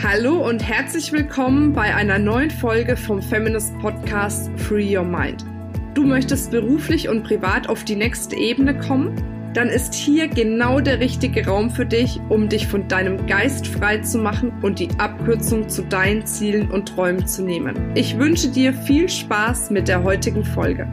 Hallo und herzlich willkommen bei einer neuen Folge vom Feminist Podcast Free Your Mind. Du möchtest beruflich und privat auf die nächste Ebene kommen? Dann ist hier genau der richtige Raum für dich, um dich von deinem Geist frei zu machen und die Abkürzung zu deinen Zielen und Träumen zu nehmen. Ich wünsche dir viel Spaß mit der heutigen Folge.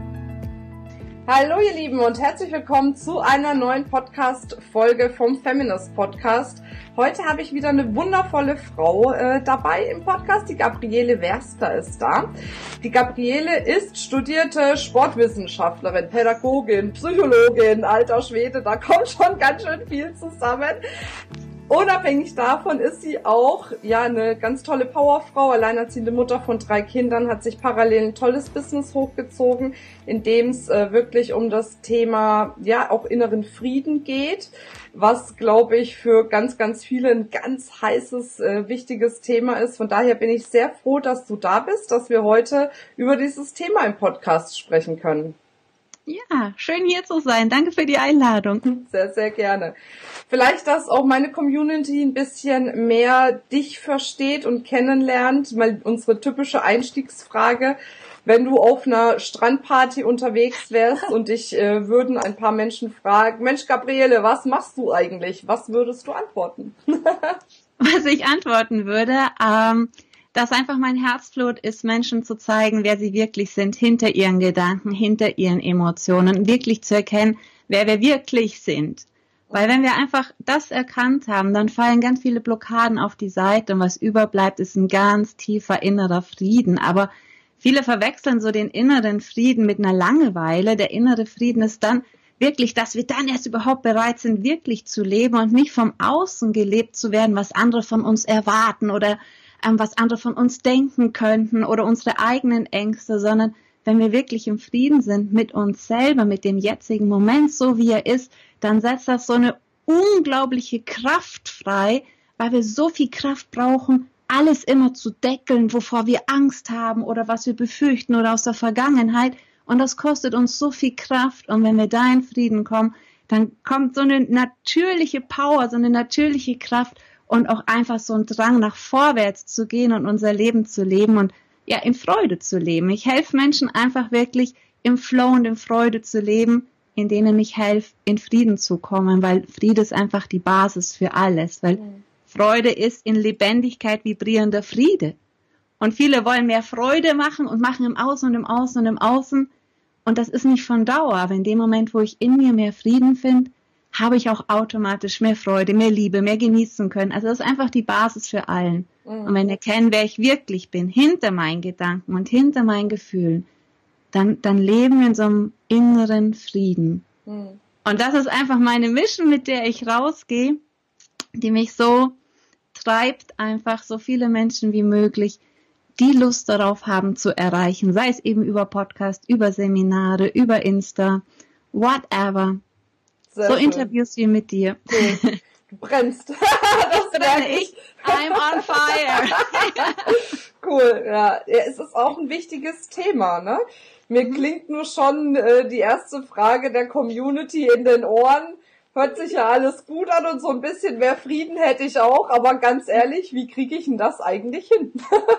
Hallo ihr Lieben und herzlich willkommen zu einer neuen Podcast-Folge vom Feminist Podcast. Heute habe ich wieder eine wundervolle Frau dabei im Podcast, die Gabriele Werster ist da. Die Gabriele ist studierte Sportwissenschaftlerin, Pädagogin, Psychologin, alter Schwede, da kommt schon ganz schön viel zusammen. Unabhängig davon ist sie auch eine ganz tolle Powerfrau, alleinerziehende Mutter von 3 Kindern, hat sich parallel ein tolles Business hochgezogen, in dem es wirklich um das Thema auch inneren Frieden geht, was, glaube ich, für ganz, ganz viele ein ganz heißes, wichtiges Thema ist. Von daher bin ich sehr froh, dass du da bist, dass wir heute über dieses Thema im Podcast sprechen können. Ja, schön hier zu sein. Danke für die Einladung. Sehr, sehr gerne. Vielleicht, dass auch meine Community ein bisschen mehr dich versteht und kennenlernt. Mal unsere typische Einstiegsfrage. Wenn du auf einer Strandparty unterwegs wärst und dich würden ein paar Menschen fragen, Mensch, Gabriele, was machst du eigentlich? Was würdest du antworten? Was ich antworten würde, dass einfach mein Herzblut ist, Menschen zu zeigen, wer sie wirklich sind, hinter ihren Gedanken, hinter ihren Emotionen, wirklich zu erkennen, wer wir wirklich sind. Weil wenn wir einfach das erkannt haben, dann fallen ganz viele Blockaden auf die Seite und was überbleibt, ist ein ganz tiefer innerer Frieden. Aber viele verwechseln so den inneren Frieden mit einer Langeweile. Der innere Frieden ist dann wirklich, dass wir dann erst überhaupt bereit sind, wirklich zu leben und nicht vom Außen gelebt zu werden, was andere von uns erwarten oder was andere von uns denken könnten oder unsere eigenen Ängste, sondern wenn wir wirklich im Frieden sind mit uns selber, mit dem jetzigen Moment, so wie er ist, dann setzt das so eine unglaubliche Kraft frei, weil wir so viel Kraft brauchen, alles immer zu deckeln, wovor wir Angst haben oder was wir befürchten oder aus der Vergangenheit. Und das kostet uns so viel Kraft. Und wenn wir da in Frieden kommen, dann kommt so eine natürliche Power, so eine natürliche Kraft, und auch einfach so ein Drang, nach vorwärts zu gehen und unser Leben zu leben und in Freude zu leben. Ich helfe Menschen einfach wirklich im Flow und in Freude zu leben, in denen ich helfe, in Frieden zu kommen, weil Friede ist einfach die Basis für alles, weil Freude ist in Lebendigkeit vibrierender Friede. Und viele wollen mehr Freude machen und machen im Außen und im Außen und im Außen. Und das ist nicht von Dauer, aber in dem Moment, wo ich in mir mehr Frieden finde, habe ich auch automatisch mehr Freude, mehr Liebe, mehr genießen können. Also das ist einfach die Basis für allen. Und wenn wir erkennen, wer ich wirklich bin, hinter meinen Gedanken und hinter meinen Gefühlen, dann leben wir in so einem inneren Frieden. Und das ist einfach meine Mission, mit der ich rausgehe, die mich so treibt, einfach so viele Menschen wie möglich, die Lust darauf haben zu erreichen, sei es eben über Podcast, über Seminare, über Insta, whatever. Sehr so schön. Interviews wie mit dir. Cool. Du brennst. Das brenne ich. I'm on fire. Cool, ja. Es ist auch ein wichtiges Thema, ne? Mir klingt nur schon die erste Frage der Community in den Ohren. Hört sich ja alles gut an und so ein bisschen mehr Frieden hätte ich auch. Aber ganz ehrlich, wie kriege ich denn das eigentlich hin?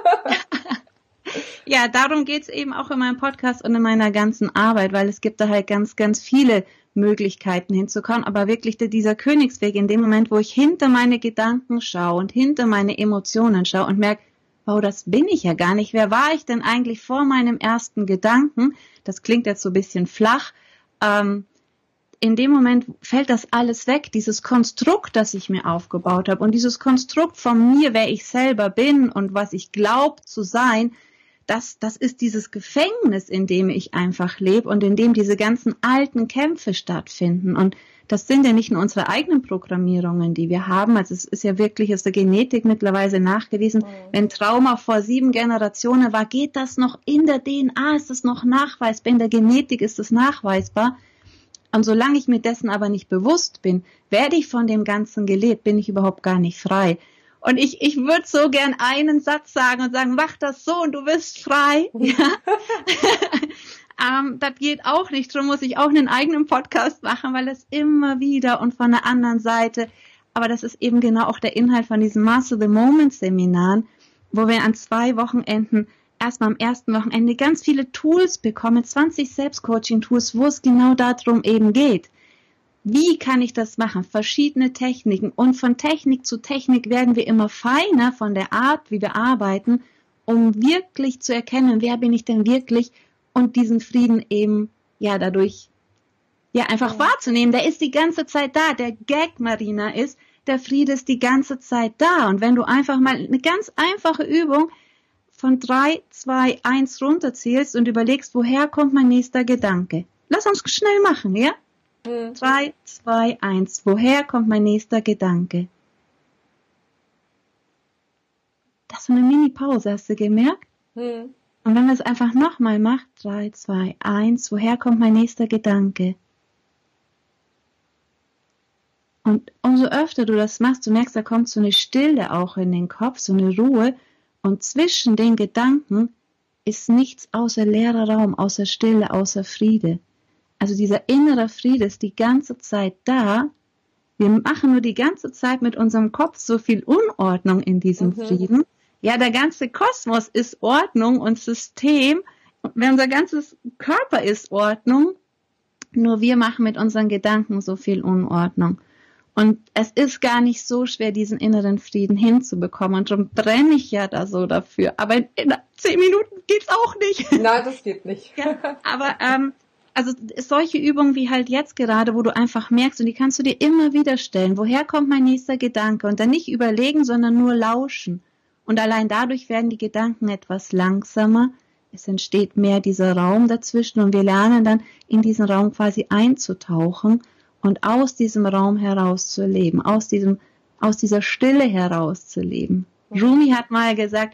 Ja, darum geht's eben auch in meinem Podcast und in meiner ganzen Arbeit, weil es gibt da halt ganz, ganz viele Möglichkeiten hinzukommen, aber wirklich dieser Königsweg in dem Moment, wo ich hinter meine Gedanken schaue und hinter meine Emotionen schaue und merke, wow, das bin ich ja gar nicht. Wer war ich denn eigentlich vor meinem ersten Gedanken? Das klingt jetzt so ein bisschen flach. In dem Moment fällt das alles weg, dieses Konstrukt, das ich mir aufgebaut habe und dieses Konstrukt von mir, wer ich selber bin und was ich glaube zu sein, das ist dieses Gefängnis, in dem ich einfach lebe und in dem diese ganzen alten Kämpfe stattfinden. Und das sind ja nicht nur unsere eigenen Programmierungen, die wir haben. Also es ist ja wirklich aus der Genetik mittlerweile nachgewiesen, wenn Trauma vor 7 Generationen war, geht das noch in der DNA, ist das noch nachweisbar, in der Genetik ist das nachweisbar. Und solange ich mir dessen aber nicht bewusst bin, werde ich von dem Ganzen gelebt, bin ich überhaupt gar nicht frei. Und ich würde so gern einen Satz sagen und sagen, mach das so und du wirst frei. Ja? Das geht auch nicht. Darum muss ich auch einen eigenen Podcast machen, weil es immer wieder und von der anderen Seite aber das ist eben genau auch der Inhalt von diesen Master the Moment Seminaren, wo wir an 2 Wochenenden erstmal am ersten Wochenende ganz viele Tools bekommen, 20 Selbstcoaching-Tools, wo es genau darum eben geht. Wie kann ich das machen? Verschiedene Techniken. Und von Technik zu Technik werden wir immer feiner von der Art, wie wir arbeiten, um wirklich zu erkennen, wer bin ich denn wirklich und diesen Frieden eben, ja, dadurch, ja, einfach wahrzunehmen. Der ist die ganze Zeit da. Der Gag, Marina, ist, der Friede ist die ganze Zeit da. Und wenn du einfach mal eine ganz einfache Übung von 3, 2, 1 runterzählst und überlegst, woher kommt mein nächster Gedanke? Lass uns schnell machen, ja? 3, 2, 1. Woher kommt mein nächster Gedanke? Das ist so eine Mini-Pause, hast du gemerkt? Und wenn man es einfach nochmal macht, 3, 2, 1. Woher kommt mein nächster Gedanke? Und umso öfter du das machst, du merkst, da kommt so eine Stille auch in den Kopf, so eine Ruhe. Und zwischen den Gedanken ist nichts außer leerer Raum, außer Stille, außer Friede. Also dieser innere Friede ist die ganze Zeit da. Wir machen nur die ganze Zeit mit unserem Kopf so viel Unordnung in diesem Frieden. Ja, der ganze Kosmos ist Ordnung und System. Unser ganzes Körper ist Ordnung. Nur wir machen mit unseren Gedanken so viel Unordnung. Und es ist gar nicht so schwer, diesen inneren Frieden hinzubekommen. Und darum brenne ich ja da so dafür. Aber in 10 Minuten geht's auch nicht. Nein, das geht nicht. Ja, aber also solche Übungen wie halt jetzt gerade, wo du einfach merkst, und die kannst du dir immer wieder stellen, woher kommt mein nächster Gedanke? Und dann nicht überlegen, sondern nur lauschen. Und allein dadurch werden die Gedanken etwas langsamer. Es entsteht mehr dieser Raum dazwischen und wir lernen dann in diesen Raum quasi einzutauchen und aus diesem Raum heraus zu leben, aus dieser Stille heraus zu leben. Rumi hat mal gesagt,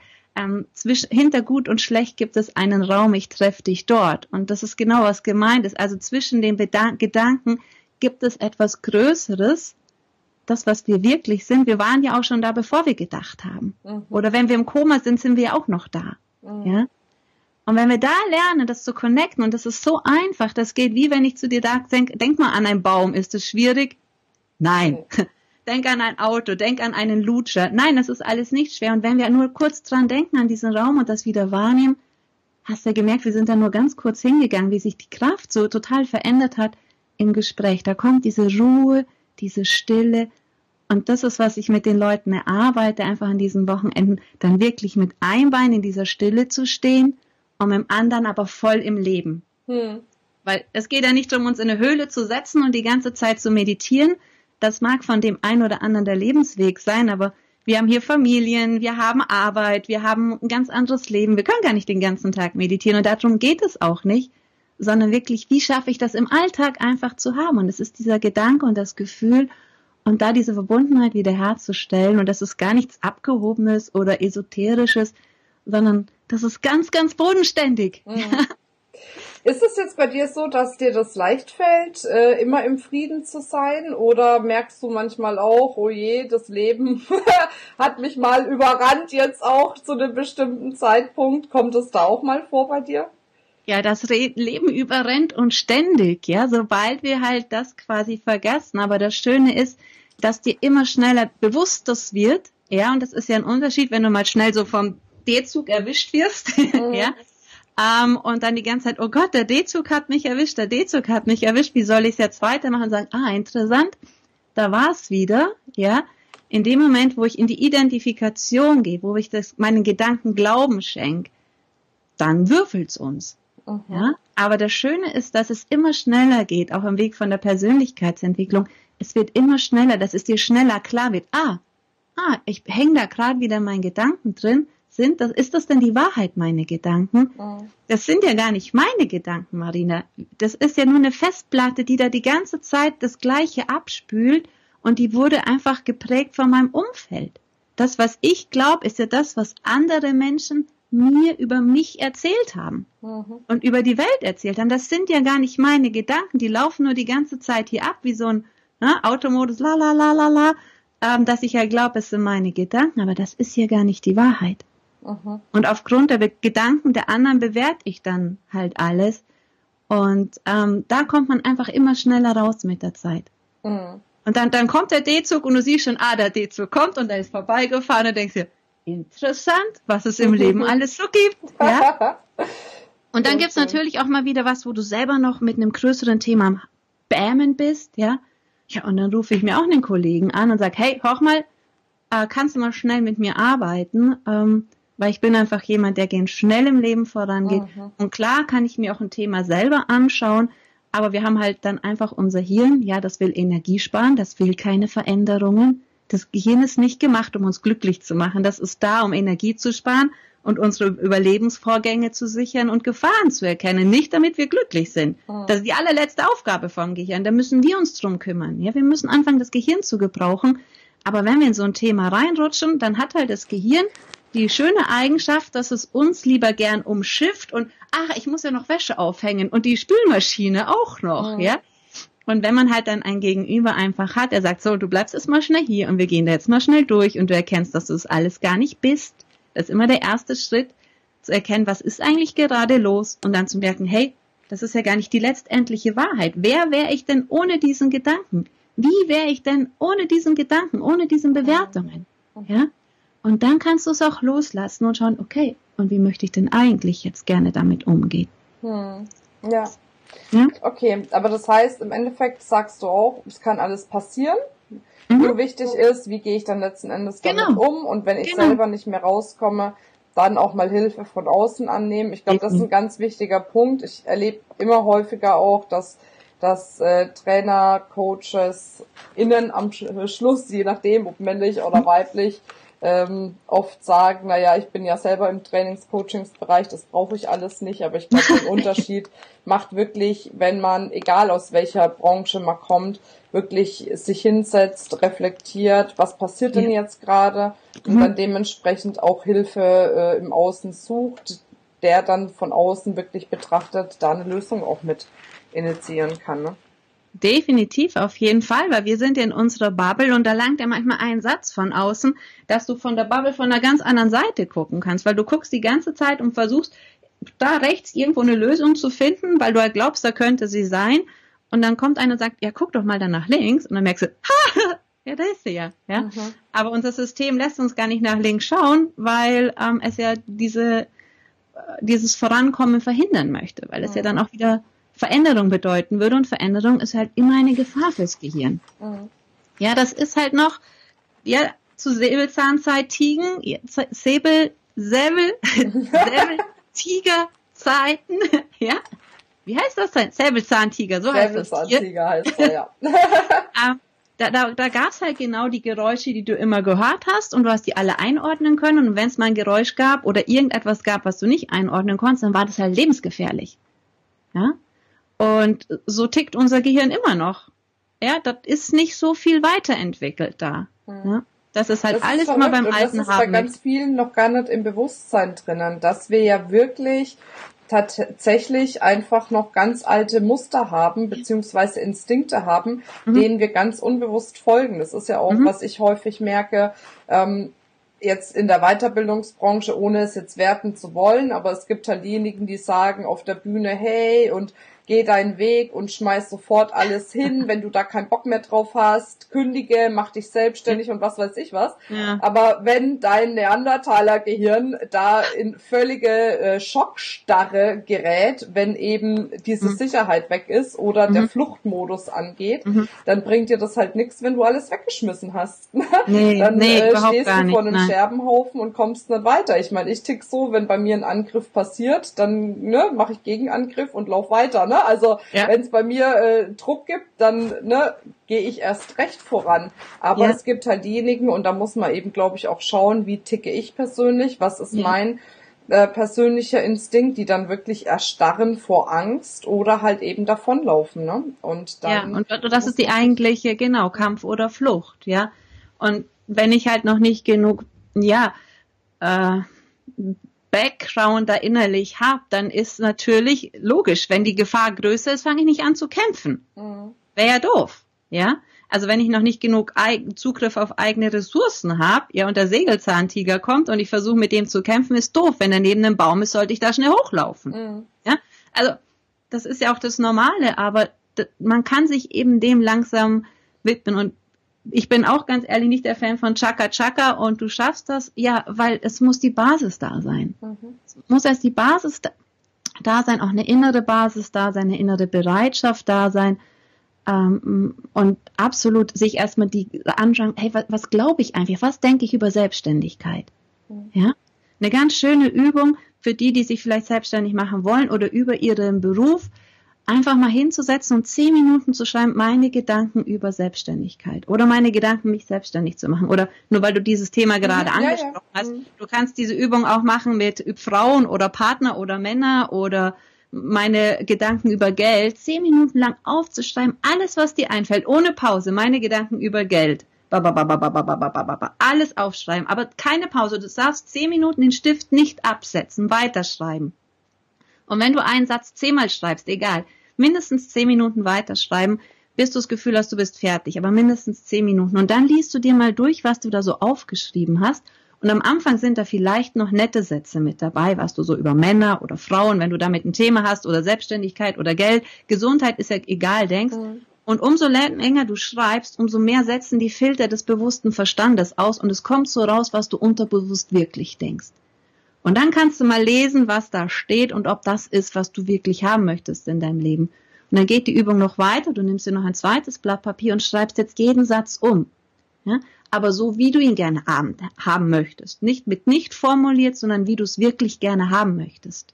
hinter Gut und Schlecht gibt es einen Raum, ich treffe dich dort. Und das ist genau, was gemeint ist. Also zwischen den Gedanken gibt es etwas Größeres, das, was wir wirklich sind. Wir waren ja auch schon da, bevor wir gedacht haben. Oder wenn wir im Koma sind, sind wir ja auch noch da. Ja? Und wenn wir da lernen, das zu connecten, und das ist so einfach, das geht wie wenn ich zu dir denk mal an einen Baum, ist es schwierig? Nein. Denk an ein Auto, denk an einen Lutscher. Nein, das ist alles nicht schwer. Und wenn wir nur kurz dran denken an diesen Raum und das wieder wahrnehmen, hast du ja gemerkt, wir sind da nur ganz kurz hingegangen, wie sich die Kraft so total verändert hat im Gespräch. Da kommt diese Ruhe, diese Stille. Und das ist, was ich mit den Leuten erarbeite, einfach an diesen Wochenenden, dann wirklich mit einem Bein in dieser Stille zu stehen und mit dem anderen aber voll im Leben. Weil es geht ja nicht darum, uns in eine Höhle zu setzen und die ganze Zeit zu meditieren. Das mag von dem einen oder anderen der Lebensweg sein, aber wir haben hier Familien, wir haben Arbeit, wir haben ein ganz anderes Leben. Wir können gar nicht den ganzen Tag meditieren und darum geht es auch nicht, sondern wirklich, wie schaffe ich das im Alltag einfach zu haben? Und es ist dieser Gedanke und das Gefühl und da diese Verbundenheit wieder herzustellen und das ist gar nichts Abgehobenes oder Esoterisches, sondern das ist ganz, ganz bodenständig. Ist es jetzt bei dir so, dass dir das leicht fällt, immer im Frieden zu sein? Oder merkst du manchmal auch, oh je, das Leben hat mich mal überrannt jetzt auch zu einem bestimmten Zeitpunkt? Kommt es da auch mal vor bei dir? Ja, das Leben überrennt uns ständig, ja, sobald wir halt das quasi vergessen. Aber das Schöne ist, dass dir immer schneller bewusst das wird, ja, und das ist ja ein Unterschied, wenn du mal schnell so vom D-Zug erwischt wirst, ja. Und dann die ganze Zeit, oh Gott, der D-Zug hat mich erwischt, wie soll ich es jetzt weitermachen? Und sagen, interessant, da war es wieder, ja. In dem Moment, wo ich in die Identifikation gehe, wo ich meinen Gedanken Glauben schenke, dann würfelt's uns. Ja? Aber das Schöne ist, dass es immer schneller geht, auch im Weg von der Persönlichkeitsentwicklung. Es wird immer schneller, dass es dir schneller klar wird. Ich hänge da gerade wieder in meinen Gedanken drin. Ist das denn die Wahrheit, meine Gedanken? Das sind ja gar nicht meine Gedanken, Marina. Das ist ja nur eine Festplatte, die da die ganze Zeit das Gleiche abspült und die wurde einfach geprägt von meinem Umfeld. Das, was ich glaube, ist ja das, was andere Menschen mir über mich erzählt haben und über die Welt erzählt haben. Das sind ja gar nicht meine Gedanken, die laufen nur die ganze Zeit hier ab, wie so ein Automodus, dass ich ja glaube, es sind meine Gedanken, aber das ist ja gar nicht die Wahrheit. Und aufgrund der Gedanken der anderen bewerte ich dann halt alles. Und da kommt man einfach immer schneller raus mit der Zeit. Und Und dann kommt der D-Zug und du siehst schon, der D-Zug kommt und der ist vorbeigefahren und denkst dir, interessant, was es im Leben alles so gibt. Ja? Und dann gibt's natürlich auch mal wieder was, wo du selber noch mit einem größeren Thema am Bämen bist. Ja, und dann rufe ich mir auch einen Kollegen an und sag, hey, hoch mal, kannst du mal schnell mit mir arbeiten? Weil ich bin einfach jemand, der gern schnell im Leben vorangeht. Und klar kann ich mir auch ein Thema selber anschauen, aber wir haben halt dann einfach unser Hirn, ja, das will Energie sparen, das will keine Veränderungen. Das Gehirn ist nicht gemacht, um uns glücklich zu machen. Das ist da, um Energie zu sparen und unsere Überlebensvorgänge zu sichern und Gefahren zu erkennen. Nicht, damit wir glücklich sind. Das ist die allerletzte Aufgabe vom Gehirn. Da müssen wir uns drum kümmern. Ja, wir müssen anfangen, das Gehirn zu gebrauchen. Aber wenn wir in so ein Thema reinrutschen, dann hat halt das Gehirn die schöne Eigenschaft, dass es uns lieber gern umschifft und, ich muss ja noch Wäsche aufhängen und die Spülmaschine auch noch, ja. Und wenn man halt dann ein Gegenüber einfach hat, er sagt so, du bleibst jetzt mal schnell hier und wir gehen da jetzt mal schnell durch und du erkennst, dass du es alles gar nicht bist. Das ist immer der erste Schritt, zu erkennen, was ist eigentlich gerade los und dann zu merken, hey, das ist ja gar nicht die letztendliche Wahrheit. Wer wäre ich denn ohne diesen Gedanken? Wie wäre ich denn ohne diesen Gedanken, ohne diesen Bewertungen? Ja? Und dann kannst du es auch loslassen und schauen, okay, und wie möchte ich denn eigentlich jetzt gerne damit umgehen? Ja. Okay, aber das heißt, im Endeffekt sagst du auch, es kann alles passieren. Nur wichtig ist, wie gehe ich dann letzten Endes damit um? Und wenn ich selber nicht mehr rauskomme, dann auch mal Hilfe von außen annehmen. Ich glaube, das ist ein ganz wichtiger Punkt. Ich erlebe immer häufiger auch, dass Trainer, Coaches innen am Schluss, je nachdem, ob männlich oder weiblich, oft sagen, ich bin ja selber im Trainings-Coachings-Bereich, das brauche ich alles nicht, aber ich glaube, den Unterschied macht wirklich, wenn man, egal aus welcher Branche man kommt, wirklich sich hinsetzt, reflektiert, was passiert denn jetzt gerade und dann dementsprechend auch Hilfe im Außen sucht, der dann von außen wirklich betrachtet, da eine Lösung auch mit initiieren kann, ne? Definitiv, auf jeden Fall, weil wir sind in unserer Bubble und da langt ja manchmal ein Satz von außen, dass du von der Bubble von einer ganz anderen Seite gucken kannst, weil du guckst die ganze Zeit und versuchst, da rechts irgendwo eine Lösung zu finden, weil du halt glaubst, da könnte sie sein und dann kommt einer und sagt, ja, guck doch mal dann nach links und dann merkst du, ja, da ist sie ja. Aber unser System lässt uns gar nicht nach links schauen, weil es ja dieses Vorankommen verhindern möchte, weil es ja dann auch wieder Veränderung bedeuten würde und Veränderung ist halt immer eine Gefahr fürs Gehirn. Ja, das ist halt noch, zu Säbelzahnzeit-Tigen, Säbeltiger-Zeiten, ja. Wie heißt das denn? Säbelzahntiger, so heißt das. Säbelzahntiger heißt er, ja. Da gab's halt genau die Geräusche, die du immer gehört hast und du hast die alle einordnen können und wenn es mal ein Geräusch gab oder irgendetwas gab, was du nicht einordnen konntest, dann war das halt lebensgefährlich. Ja. Und so tickt unser Gehirn immer noch. Ja, das ist nicht so viel weiterentwickelt da. Ja? Das ist halt das alles immer beim Alten haben. Das ist bei ganz vielen noch gar nicht im Bewusstsein drinnen, dass wir ja wirklich tatsächlich einfach noch ganz alte Muster haben, beziehungsweise Instinkte haben, denen wir ganz unbewusst folgen. Das ist ja auch, was ich häufig merke, jetzt in der Weiterbildungsbranche, ohne es jetzt werten zu wollen, aber es gibt halt diejenigen, die sagen auf der Bühne, hey, und geh deinen Weg und schmeiß sofort alles hin, wenn du da keinen Bock mehr drauf hast, kündige, mach dich selbstständig und was weiß ich was. Ja. Aber wenn dein Neandertaler-Gehirn da in völlige Schockstarre gerät, wenn eben diese Sicherheit weg ist oder der Fluchtmodus angeht, dann bringt dir das halt nichts, wenn du alles weggeschmissen hast. Dann stehst du vor einem Scherbenhaufen und kommst nicht weiter. Ich meine, ich tick so, wenn bei mir ein Angriff passiert, dann mache ich Gegenangriff und lauf weiter, ne? Also wenn es bei mir Druck gibt, dann gehe ich erst recht voran. Aber es gibt halt diejenigen, und da muss man eben, glaube ich, auch schauen, wie ticke ich persönlich, was ist mein persönlicher Instinkt, die dann wirklich erstarren vor Angst oder halt eben davonlaufen. Ne? Und dann und das ist die eigentliche, Kampf oder Flucht. Ja. Und wenn ich halt noch nicht genug, Background da innerlich habe, dann ist natürlich logisch, wenn die Gefahr größer ist, fange ich nicht an zu kämpfen. Wäre ja doof, ja. Also wenn ich noch nicht genug Zugriff auf eigene Ressourcen habe, und der Säbelzahntiger kommt und ich versuche mit dem zu kämpfen, ist doof. Wenn er neben einem Baum ist, sollte ich da schnell hochlaufen. Ja, also das ist ja auch das Normale, aber man kann sich eben dem langsam widmen. Und ich bin auch ganz ehrlich nicht der Fan von Chaka Chaka und du schaffst das. Ja, weil es muss die Basis da sein. Es muss erst die Basis da sein, auch eine innere Basis da sein, eine innere Bereitschaft da sein. Und absolut sich erstmal die anschauen, hey, was glaube ich eigentlich, was denke ich über Selbstständigkeit? Ja, eine ganz schöne Übung für die sich vielleicht selbstständig machen wollen oder über ihren Beruf, einfach mal hinzusetzen und 10 Minuten zu schreiben, meine Gedanken über Selbstständigkeit oder meine Gedanken, mich selbstständig zu machen. Oder nur weil du dieses Thema gerade angesprochen hast, du kannst diese Übung auch machen mit Frauen oder Partner oder Männer oder meine Gedanken über Geld, 10 Minuten lang aufzuschreiben, alles, was dir einfällt, ohne Pause, meine Gedanken über Geld. Alles aufschreiben, aber keine Pause. Du darfst 10 Minuten den Stift nicht absetzen, weiterschreiben. Und wenn du einen Satz 10-mal schreibst, egal, mindestens 10 Minuten weiterschreiben, bis du das Gefühl hast, du bist fertig, aber mindestens 10 Minuten. Und dann liest du dir mal durch, was du da so aufgeschrieben hast. Und am Anfang sind da vielleicht noch nette Sätze mit dabei, was du so über Männer oder Frauen, wenn du damit ein Thema hast oder Selbstständigkeit oder Geld, Gesundheit ist ja egal, denkst. Und umso länger du schreibst, umso mehr setzen die Filter des bewussten Verstandes aus und es kommt so raus, was du unterbewusst wirklich denkst. Und dann kannst du mal lesen, was da steht und ob das ist, was du wirklich haben möchtest in deinem Leben. Und dann geht die Übung noch weiter, du nimmst dir noch ein zweites Blatt Papier und schreibst jetzt jeden Satz um. Ja? Aber so, wie du ihn gerne haben möchtest. Nicht formuliert, sondern wie du es wirklich gerne haben möchtest.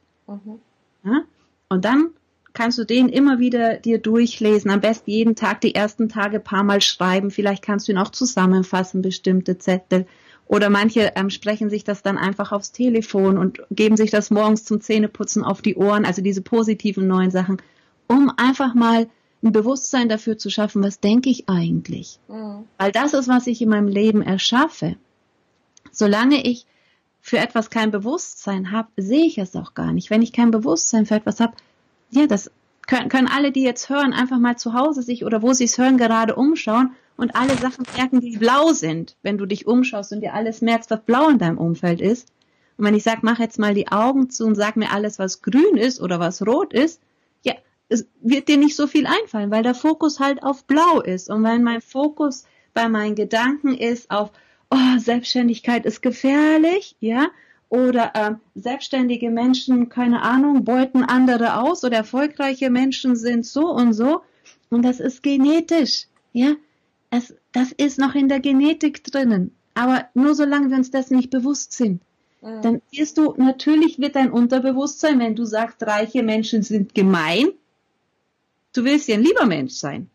Ja? Und dann kannst du den immer wieder dir durchlesen. Am besten jeden Tag, die ersten Tage ein paar Mal schreiben. Vielleicht kannst du ihn auch zusammenfassen, bestimmte Zettel. Oder manche sprechen sich das dann einfach aufs Telefon und geben sich das morgens zum Zähneputzen auf die Ohren. Also diese positiven neuen Sachen, um einfach mal ein Bewusstsein dafür zu schaffen, was denke ich eigentlich? Weil das ist, was ich in meinem Leben erschaffe. Solange ich für etwas kein Bewusstsein habe, sehe ich es auch gar nicht. Wenn ich kein Bewusstsein für etwas habe, ja, das können alle, die jetzt hören, einfach mal zu Hause sich oder wo sie es hören, gerade umschauen und alle Sachen merken, die blau sind, wenn du dich umschaust und dir alles merkst, was blau in deinem Umfeld ist. Und wenn ich sage, mach jetzt mal die Augen zu und sag mir alles, was grün ist oder was rot ist, ja, es wird dir nicht so viel einfallen, weil der Fokus halt auf blau ist. Und wenn mein Fokus bei meinen Gedanken ist auf, oh, Selbstständigkeit ist gefährlich, ja, oder selbstständige Menschen, keine Ahnung, beuten andere aus oder erfolgreiche Menschen sind so und so. Und das ist genetisch, ja. Das ist noch in der Genetik drinnen. Aber nur solange wir uns das nicht bewusst sind, dann wirst du, natürlich wird dein Unterbewusstsein, wenn du sagst, reiche Menschen sind gemein, du willst ja ein lieber Mensch sein.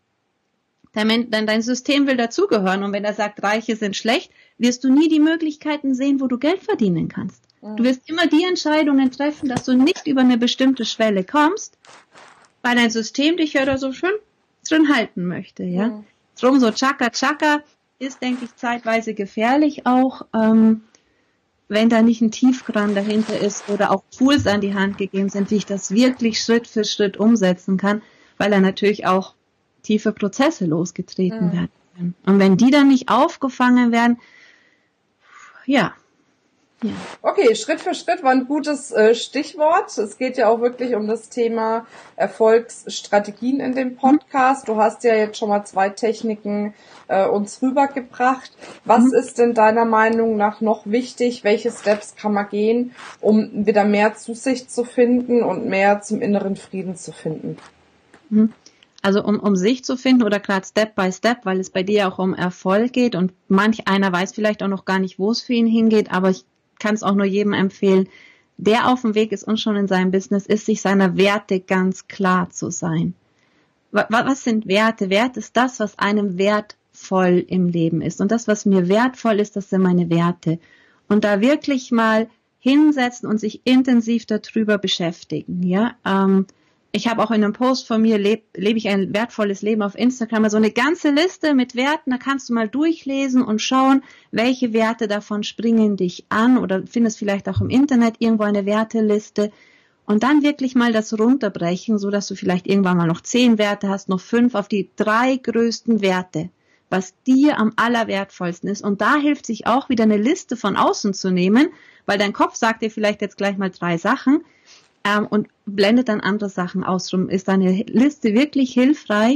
Dein System will dazugehören und wenn er sagt, Reiche sind schlecht, wirst du nie die Möglichkeiten sehen, wo du Geld verdienen kannst. Du wirst immer die Entscheidungen treffen, dass du nicht über eine bestimmte Schwelle kommst, weil dein System dich ja da so schön drin halten möchte, ja. Drum so Chaka Chaka ist, denke ich, zeitweise gefährlich auch, wenn da nicht ein Tiefgang dahinter ist oder auch Tools an die Hand gegeben sind, wie ich das wirklich Schritt für Schritt umsetzen kann, weil da natürlich auch tiefe Prozesse losgetreten werden können. Und wenn die dann nicht aufgefangen werden, ja. Okay, Schritt für Schritt war ein gutes Stichwort. Es geht ja auch wirklich um das Thema Erfolgsstrategien in dem Podcast. Du hast ja jetzt schon mal 2 Techniken uns rübergebracht. Was ist denn deiner Meinung nach noch wichtig? Welche Steps kann man gehen, um wieder mehr zu sich zu finden und mehr zum inneren Frieden zu finden? Also um sich zu finden oder gerade Step by Step, weil es bei dir auch um Erfolg geht und manch einer weiß vielleicht auch noch gar nicht, wo es für ihn hingeht, aber ich kann es auch nur jedem empfehlen, der auf dem Weg ist und schon in seinem Business ist, sich seiner Werte ganz klar zu sein. Was sind Werte? Wert ist das, was einem wertvoll im Leben ist. Und das, was mir wertvoll ist, das sind meine Werte. Und da wirklich mal hinsetzen und sich intensiv darüber beschäftigen. Ja, ich habe auch in einem Post von mir, lebe ich ein wertvolles Leben auf Instagram, also eine ganze Liste mit Werten, da kannst du mal durchlesen und schauen, welche Werte davon springen dich an oder findest vielleicht auch im Internet irgendwo eine Werteliste und dann wirklich mal das runterbrechen, so dass du vielleicht irgendwann mal noch 10 Werte hast, noch 5 auf die 3 größten Werte, was dir am allerwertvollsten ist. Und da hilft sich auch wieder eine Liste von außen zu nehmen, weil dein Kopf sagt dir vielleicht jetzt gleich mal 3 Sachen, und blendet dann andere Sachen aus. Drum ist deine Liste wirklich hilfreich,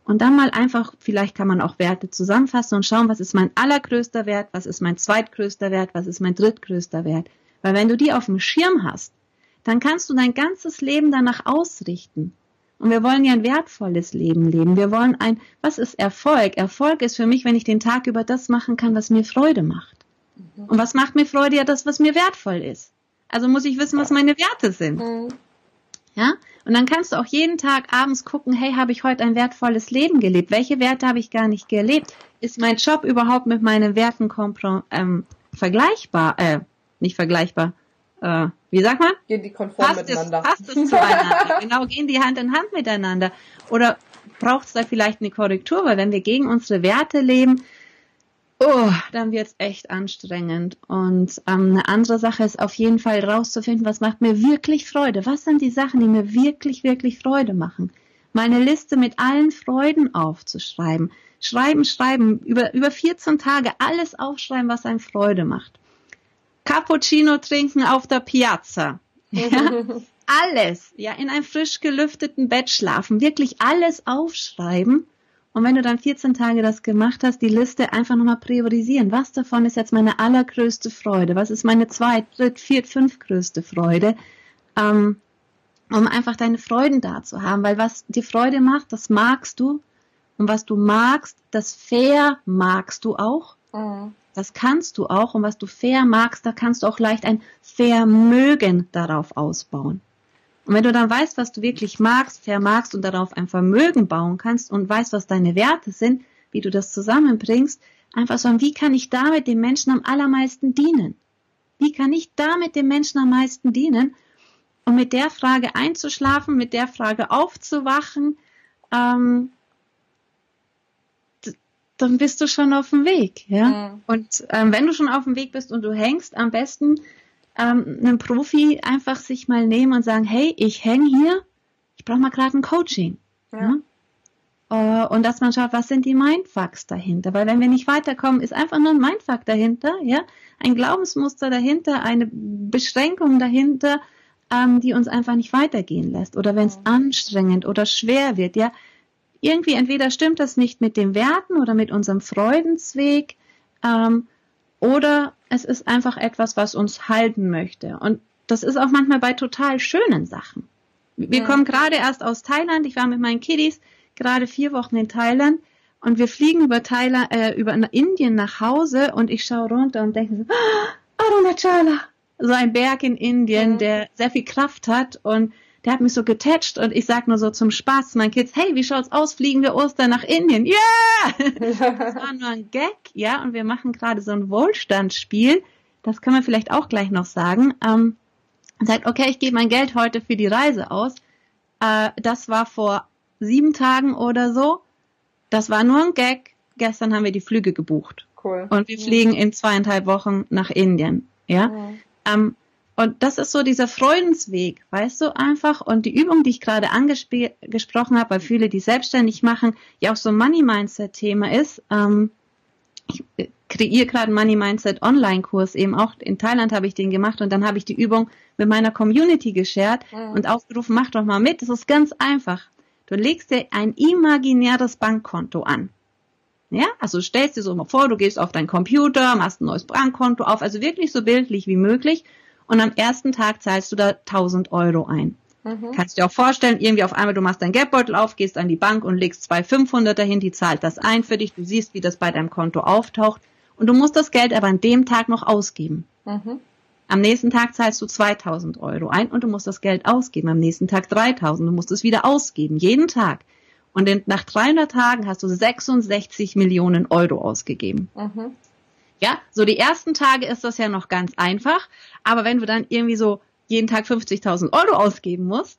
Und dann mal einfach, vielleicht kann man auch Werte zusammenfassen und schauen, was ist mein allergrößter Wert, was ist mein zweitgrößter Wert, was ist mein drittgrößter Wert. Weil wenn du die auf dem Schirm hast, dann kannst du dein ganzes Leben danach ausrichten. Und wir wollen ja ein wertvolles Leben leben. Wir wollen was ist Erfolg? Erfolg ist für mich, wenn ich den Tag über das machen kann, was mir Freude macht. Und was macht mir Freude? Ja, das, was mir wertvoll ist. Also muss ich wissen, was meine Werte sind. Ja? Und dann kannst du auch jeden Tag abends gucken, hey, habe ich heute ein wertvolles Leben gelebt? Welche Werte habe ich gar nicht gelebt? Ist mein Job überhaupt mit meinen Werten vergleichbar? Nicht vergleichbar. Wie sagt man? Gehen die konform miteinander. Passt es zueinander. Genau, gehen die Hand in Hand miteinander. Oder braucht es da vielleicht eine Korrektur? Weil wenn wir gegen unsere Werte leben, dann wird es echt anstrengend. Und eine andere Sache ist auf jeden Fall rauszufinden, was macht mir wirklich Freude? Was sind die Sachen, die mir wirklich, wirklich Freude machen? Meine Liste mit allen Freuden aufzuschreiben. Schreiben, über 14 Tage alles aufschreiben, was einem Freude macht. Cappuccino trinken auf der Piazza. Ja? Alles. Ja, in einem frisch gelüfteten Bett schlafen. Wirklich alles aufschreiben. Und wenn du dann 14 Tage das gemacht hast, die Liste einfach nochmal priorisieren. Was davon ist jetzt meine allergrößte Freude? Was ist meine fünftgrößte Freude? Um einfach deine Freuden da zu haben. Weil was dir Freude macht, das magst du. Und was du magst, das vermagst du auch. Das kannst du auch. Und was du vermagst, da kannst du auch leicht ein Vermögen darauf ausbauen. Und wenn du dann weißt, was du wirklich magst, vermagst und darauf ein Vermögen bauen kannst und weißt, was deine Werte sind, wie du das zusammenbringst, einfach sagen, wie kann ich damit dem Menschen am allermeisten dienen? Wie kann ich damit dem Menschen am meisten dienen? Und mit der Frage einzuschlafen, mit der Frage aufzuwachen, dann bist du schon auf dem Weg. Ja? Und wenn du schon auf dem Weg bist und du hängst, am besten einen Profi einfach sich mal nehmen und sagen, hey, ich hänge hier, ich brauche mal gerade ein Coaching. Ja. Und dass man schaut, was sind die Mindfucks dahinter? Weil wenn wir nicht weiterkommen, ist einfach nur ein Mindfuck dahinter, ja, ein Glaubensmuster dahinter, eine Beschränkung dahinter, die uns einfach nicht weitergehen lässt. Oder wenn es anstrengend oder schwer wird, ja, irgendwie entweder stimmt das nicht mit den Werten oder mit unserem Freudensweg, oder es ist einfach etwas, was uns halten möchte. Und das ist auch manchmal bei total schönen Sachen. Wir kommen gerade erst aus Thailand. Ich war mit meinen Kiddies gerade 4 Wochen in Thailand. Und wir fliegen über Indien nach Hause. Und ich schaue runter und denke so, Arunachala. So ein Berg in Indien, der sehr viel Kraft hat. Und der hat mich so getatscht. Und ich sag nur so zum Spaß zu meinen Kids, hey, wie schaut's aus? Fliegen wir Ostern nach Indien? Yeah! Das war nur ein Gag, ja. Und wir machen gerade so ein Wohlstandsspiel. Das können wir vielleicht auch gleich noch sagen. Und sagt, okay, ich gebe mein Geld heute für die Reise aus. Das war vor 7 Tagen oder so. Das war nur ein Gag. Gestern haben wir die Flüge gebucht. Cool. Und wir fliegen in 2,5 Wochen nach Indien, ja. Und das ist so dieser Freudensweg, weißt du, einfach. Und die Übung, die ich gerade angesprochen habe, weil viele, die selbstständig machen, ja auch so ein Money-Mindset-Thema ist. Ich kreiere gerade einen Money-Mindset-Online-Kurs eben auch. In Thailand habe ich den gemacht und dann habe ich die Übung mit meiner Community geshared und aufgerufen, mach doch mal mit. Das ist ganz einfach. Du legst dir ein imaginäres Bankkonto an. Ja, also stellst dir so mal vor, du gehst auf deinen Computer, machst ein neues Bankkonto auf, also wirklich so bildlich wie möglich. Und am ersten Tag zahlst du da 1.000 € ein. Kannst du dir auch vorstellen, irgendwie auf einmal, du machst deinen Geldbeutel auf, gehst an die Bank und legst 2 500 dahin, die zahlt das ein für dich, du siehst, wie das bei deinem Konto auftaucht und du musst das Geld aber an dem Tag noch ausgeben. Am nächsten Tag zahlst du 2.000 € ein und du musst das Geld ausgeben. Am nächsten Tag 3.000, du musst es wieder ausgeben, jeden Tag. Und nach 300 Tagen hast du 66 Millionen € ausgegeben. Ja, so die ersten Tage ist das ja noch ganz einfach, aber wenn du dann irgendwie so jeden Tag 50.000 € ausgeben musst,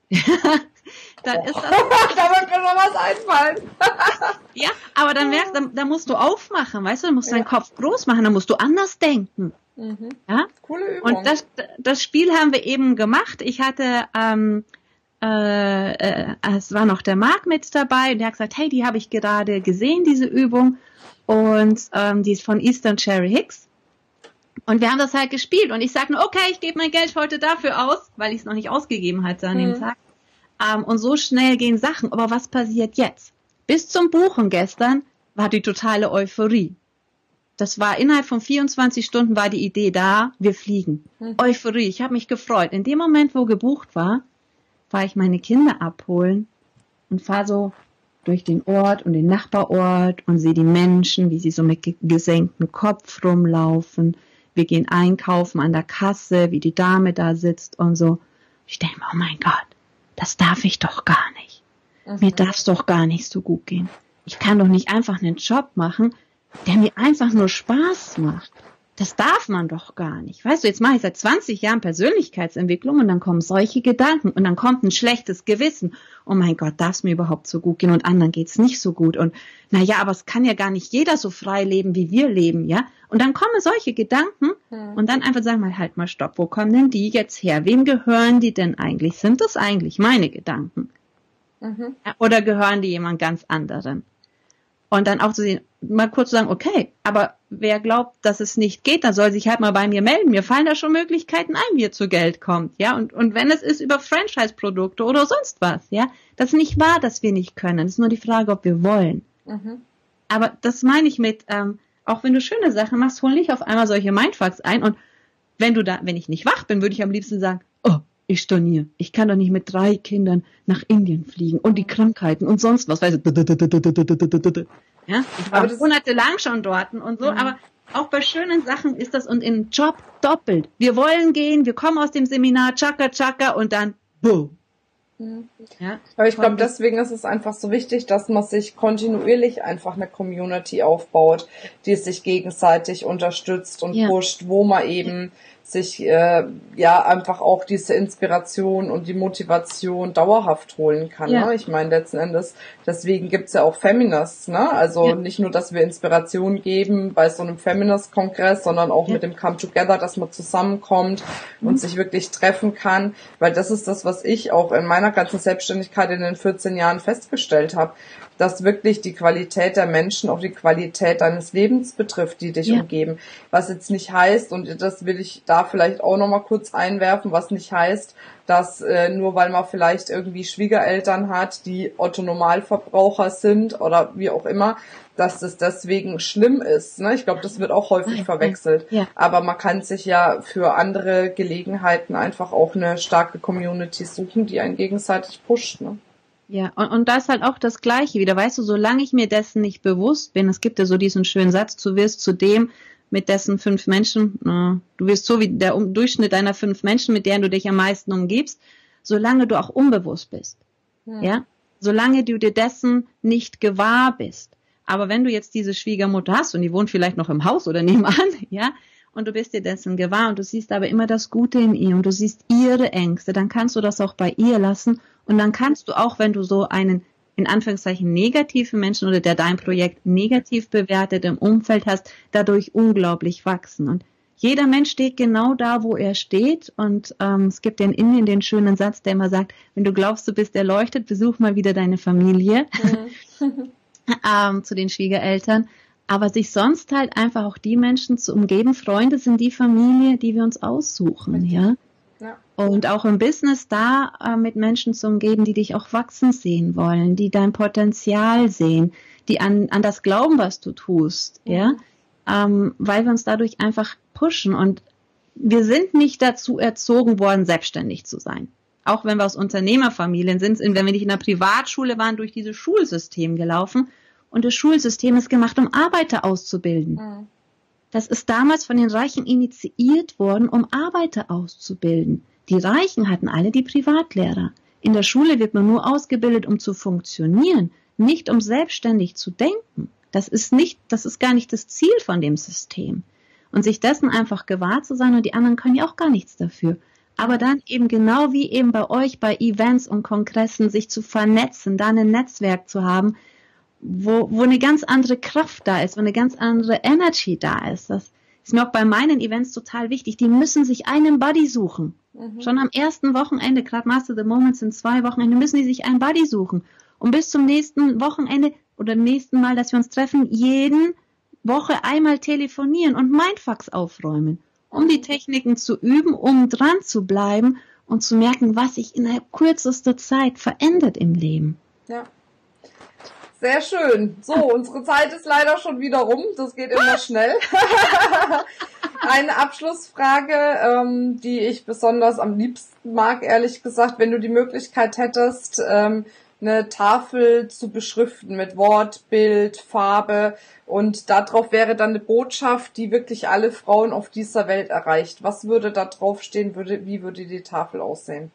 dann ist das... Da wird mir noch was einfallen. Ja, aber dann merkst du, da musst du aufmachen, weißt du, dann musst du deinen Kopf groß machen, dann musst du anders denken. Ja? Coole Übung. Und das Spiel haben wir eben gemacht. Ich hatte... es war noch der Marc mit dabei und der hat gesagt, hey, die habe ich gerade gesehen, diese Übung. Und die ist von Eastern Cherry Hicks. Und wir haben das halt gespielt. Und ich sage nur, okay, ich gebe mein Geld heute dafür aus, weil ich es noch nicht ausgegeben hatte an dem Tag. Und so schnell gehen Sachen. Aber was passiert jetzt? Bis zum Buchen gestern war die totale Euphorie. Das war innerhalb von 24 Stunden war die Idee da, wir fliegen. Euphorie, ich habe mich gefreut. In dem Moment, wo gebucht war, fahre ich meine Kinder abholen und fahre so durch den Ort und den Nachbarort und sehe die Menschen, wie sie so mit gesenktem Kopf rumlaufen. Wir gehen einkaufen an der Kasse, wie die Dame da sitzt und so. Ich denke mir, oh mein Gott, das darf ich doch gar nicht. Mir darf es doch gar nicht so gut gehen. Ich kann doch nicht einfach einen Job machen, der mir einfach nur Spaß macht. Das darf man doch gar nicht. Weißt du, jetzt mache ich seit 20 Jahren Persönlichkeitsentwicklung und dann kommen solche Gedanken und dann kommt ein schlechtes Gewissen. Oh mein Gott, darf es mir überhaupt so gut gehen und anderen geht's nicht so gut. Und naja, aber es kann ja gar nicht jeder so frei leben, wie wir leben, ja? Und dann kommen solche Gedanken und dann einfach sagen wir, halt mal stopp, wo kommen denn die jetzt her? Wem gehören die denn eigentlich? Sind das eigentlich meine Gedanken? Oder gehören die jemand ganz anderen? Und dann auch zu sehen, mal kurz zu sagen, okay, aber wer glaubt, dass es nicht geht, dann soll sich halt mal bei mir melden. Mir fallen da schon Möglichkeiten ein, wie er zu Geld kommt, ja. Und wenn es ist über Franchise-Produkte oder sonst was, ja. Das ist nicht wahr, dass wir nicht können. Es ist nur die Frage, ob wir wollen. Aber das meine ich mit, auch wenn du schöne Sachen machst, hol nicht auf einmal solche Mindfucks ein. Und wenn ich nicht wach bin, würde ich am liebsten sagen, oh, ich storniere. Ich kann doch nicht mit 3 Kindern nach Indien fliegen und die Krankheiten und sonst was. Weißt du, ja, ich war monatelang schon dort und so, aber auch bei schönen Sachen ist das und im Job doppelt. Wir wollen gehen, wir kommen aus dem Seminar, tschakka, tschakka und dann boom. Ja, aber ich glaube, deswegen ist es einfach so wichtig, dass man sich kontinuierlich einfach eine Community aufbaut, die sich gegenseitig unterstützt und pusht, wo man eben sich einfach auch diese Inspiration und die Motivation dauerhaft holen kann. Ne? Ich meine, letzten Endes, deswegen gibt's ja auch Feminists, ne? Also nicht nur, dass wir Inspiration geben bei so einem Feminist-Kongress, sondern auch mit dem Come Together, dass man zusammenkommt und sich wirklich treffen kann, weil das ist das, was ich auch in meiner ganzen Selbstständigkeit in den 14 Jahren festgestellt habe, dass wirklich die Qualität der Menschen auch die Qualität deines Lebens betrifft, die dich umgeben. Was jetzt nicht heißt, und das will ich da vielleicht auch nochmal kurz einwerfen, was nicht heißt, dass nur weil man vielleicht irgendwie Schwiegereltern hat, die Otto-Normalverbraucher sind oder wie auch immer, dass das deswegen schlimm ist. Ne? Ich glaube, das wird auch häufig verwechselt. Aber man kann sich ja für andere Gelegenheiten einfach auch eine starke Community suchen, die einen gegenseitig pusht. Ne? Ja, und da ist halt auch das Gleiche wieder, weißt du, solange ich mir dessen nicht bewusst bin, es gibt ja so diesen schönen Satz, du wirst zu dem, mit dessen 5 Menschen, du wirst so wie der Durchschnitt deiner 5 Menschen, mit denen du dich am meisten umgibst, solange du auch unbewusst bist, ja, solange du dir dessen nicht gewahr bist. Aber wenn du jetzt diese Schwiegermutter hast und die wohnt vielleicht noch im Haus oder nebenan, ja, und du bist dir dessen gewahr und du siehst aber immer das Gute in ihr und du siehst ihre Ängste, dann kannst du das auch bei ihr lassen und dann kannst du auch, wenn du so einen, in Anführungszeichen, negativen Menschen oder der dein Projekt negativ bewertet im Umfeld hast, dadurch unglaublich wachsen. Und jeder Mensch steht genau da, wo er steht und es gibt ja in Indien den schönen Satz, der immer sagt, wenn du glaubst, du bist erleuchtet, besuch mal wieder deine Familie zu den Schwiegereltern. Aber sich sonst halt einfach auch die Menschen zu umgeben, Freunde sind die Familie, die wir uns aussuchen, ja. Und auch im Business da mit Menschen zu umgeben, die dich auch wachsen sehen wollen, die dein Potenzial sehen, die an das glauben, was du tust, ja. Weil wir uns dadurch einfach pushen und wir sind nicht dazu erzogen worden, selbstständig zu sein. Auch wenn wir aus Unternehmerfamilien sind, wenn wir nicht in der Privatschule waren, durch dieses Schulsystem gelaufen. Und das Schulsystem ist gemacht, um Arbeiter auszubilden. Das ist damals von den Reichen initiiert worden, um Arbeiter auszubilden. Die Reichen hatten alle die Privatlehrer. In der Schule wird man nur ausgebildet, um zu funktionieren, nicht um selbstständig zu denken. Das ist gar nicht das Ziel von dem System. Und sich dessen einfach gewahr zu sein und die anderen können ja auch gar nichts dafür. Aber dann eben genau wie eben bei euch, bei Events und Kongressen, sich zu vernetzen, da ein Netzwerk zu haben, wo eine ganz andere Kraft da ist, wo eine ganz andere Energy da ist. Das ist mir auch bei meinen Events total wichtig. Die müssen sich einen Buddy suchen. Schon am ersten Wochenende, gerade Master the Moments in 2 Wochenende, müssen die sich einen Buddy suchen. Und bis zum nächsten Wochenende oder nächsten Mal, dass wir uns treffen, jeden Woche einmal telefonieren und Mindfucks aufräumen, um die Techniken zu üben, um dran zu bleiben und zu merken, was sich innerhalb kürzester Zeit verändert im Leben. Ja. Sehr schön. So, unsere Zeit ist leider schon wieder rum. Das geht immer schnell. Eine Abschlussfrage, die ich besonders am liebsten mag, ehrlich gesagt, wenn du die Möglichkeit hättest, eine Tafel zu beschriften mit Wort, Bild, Farbe und darauf wäre dann eine Botschaft, die wirklich alle Frauen auf dieser Welt erreicht. Was würde da drauf stehen? Wie würde die Tafel aussehen?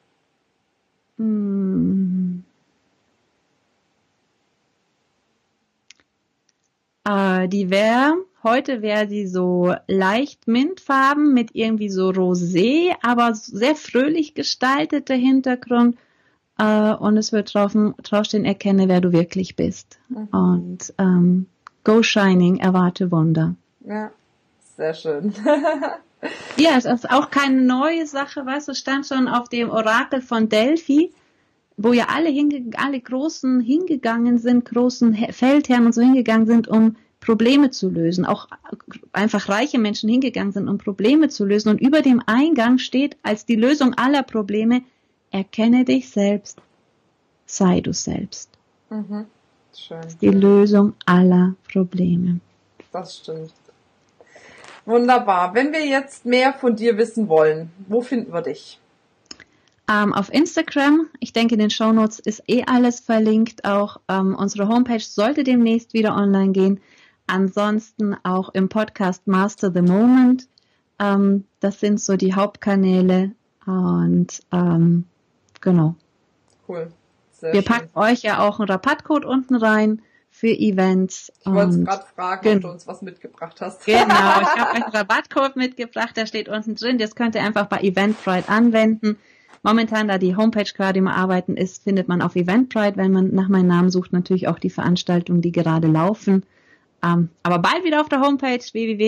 Heute wäre sie so leicht mintfarben mit irgendwie so rosé, aber sehr fröhlich gestalteter Hintergrund. Und es wird draufstehen, erkenne, wer du wirklich bist. Und go shining, erwarte Wunder. Ja, sehr schön. Ja, es ist auch keine neue Sache, weißt du, stand schon auf dem Orakel von Delphi, wo ja alle großen hingegangen sind, großen Feldherren und so hingegangen sind, um Probleme zu lösen. Auch einfach reiche Menschen hingegangen sind, um Probleme zu lösen. Und über dem Eingang steht als die Lösung aller Probleme, erkenne dich selbst, sei du selbst. Mhm. Schön. Das ist die Lösung aller Probleme. Das stimmt. Wunderbar. Wenn wir jetzt mehr von dir wissen wollen, wo finden wir dich? Auf Instagram, ich denke in den Shownotes ist alles verlinkt, auch unsere Homepage sollte demnächst wieder online gehen. Ansonsten auch im Podcast Master the Moment. Das sind so die Hauptkanäle und genau. Cool. Wir packen euch ja auch einen Rabattcode unten rein für Events. Ich wollte gerade fragen, ob du uns was mitgebracht hast. Genau, ich habe euch einen Rabattcode mitgebracht, der steht unten drin. Das könnt ihr einfach bei Eventbrite anwenden. Momentan, da die Homepage gerade im Arbeiten ist, findet man auf Eventbrite, wenn man nach meinem Namen sucht, natürlich auch die Veranstaltungen, die gerade laufen. Aber bald wieder auf der Homepage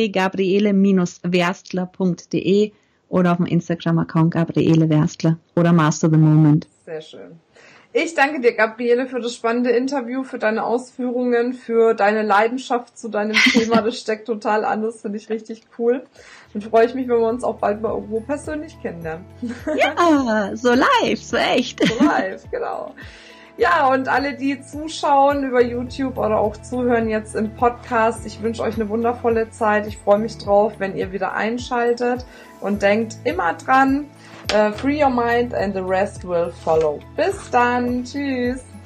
www.gabriele-werstler.de oder auf dem Instagram-Account Gabriele Werstler oder Master the Moment. Sehr schön. Ich danke dir, Gabriele, für das spannende Interview, für deine Ausführungen, für deine Leidenschaft zu deinem Thema. Das steckt total an, das finde ich richtig cool. Und freue ich mich, wenn wir uns auch bald mal irgendwo persönlich kennenlernen. Ja, so live, so echt. So live, genau. Ja, und alle, die zuschauen über YouTube oder auch zuhören jetzt im Podcast, ich wünsche euch eine wundervolle Zeit. Ich freue mich drauf, wenn ihr wieder einschaltet und denkt immer dran, free your mind and the rest will follow. Bis dann. Tschüss.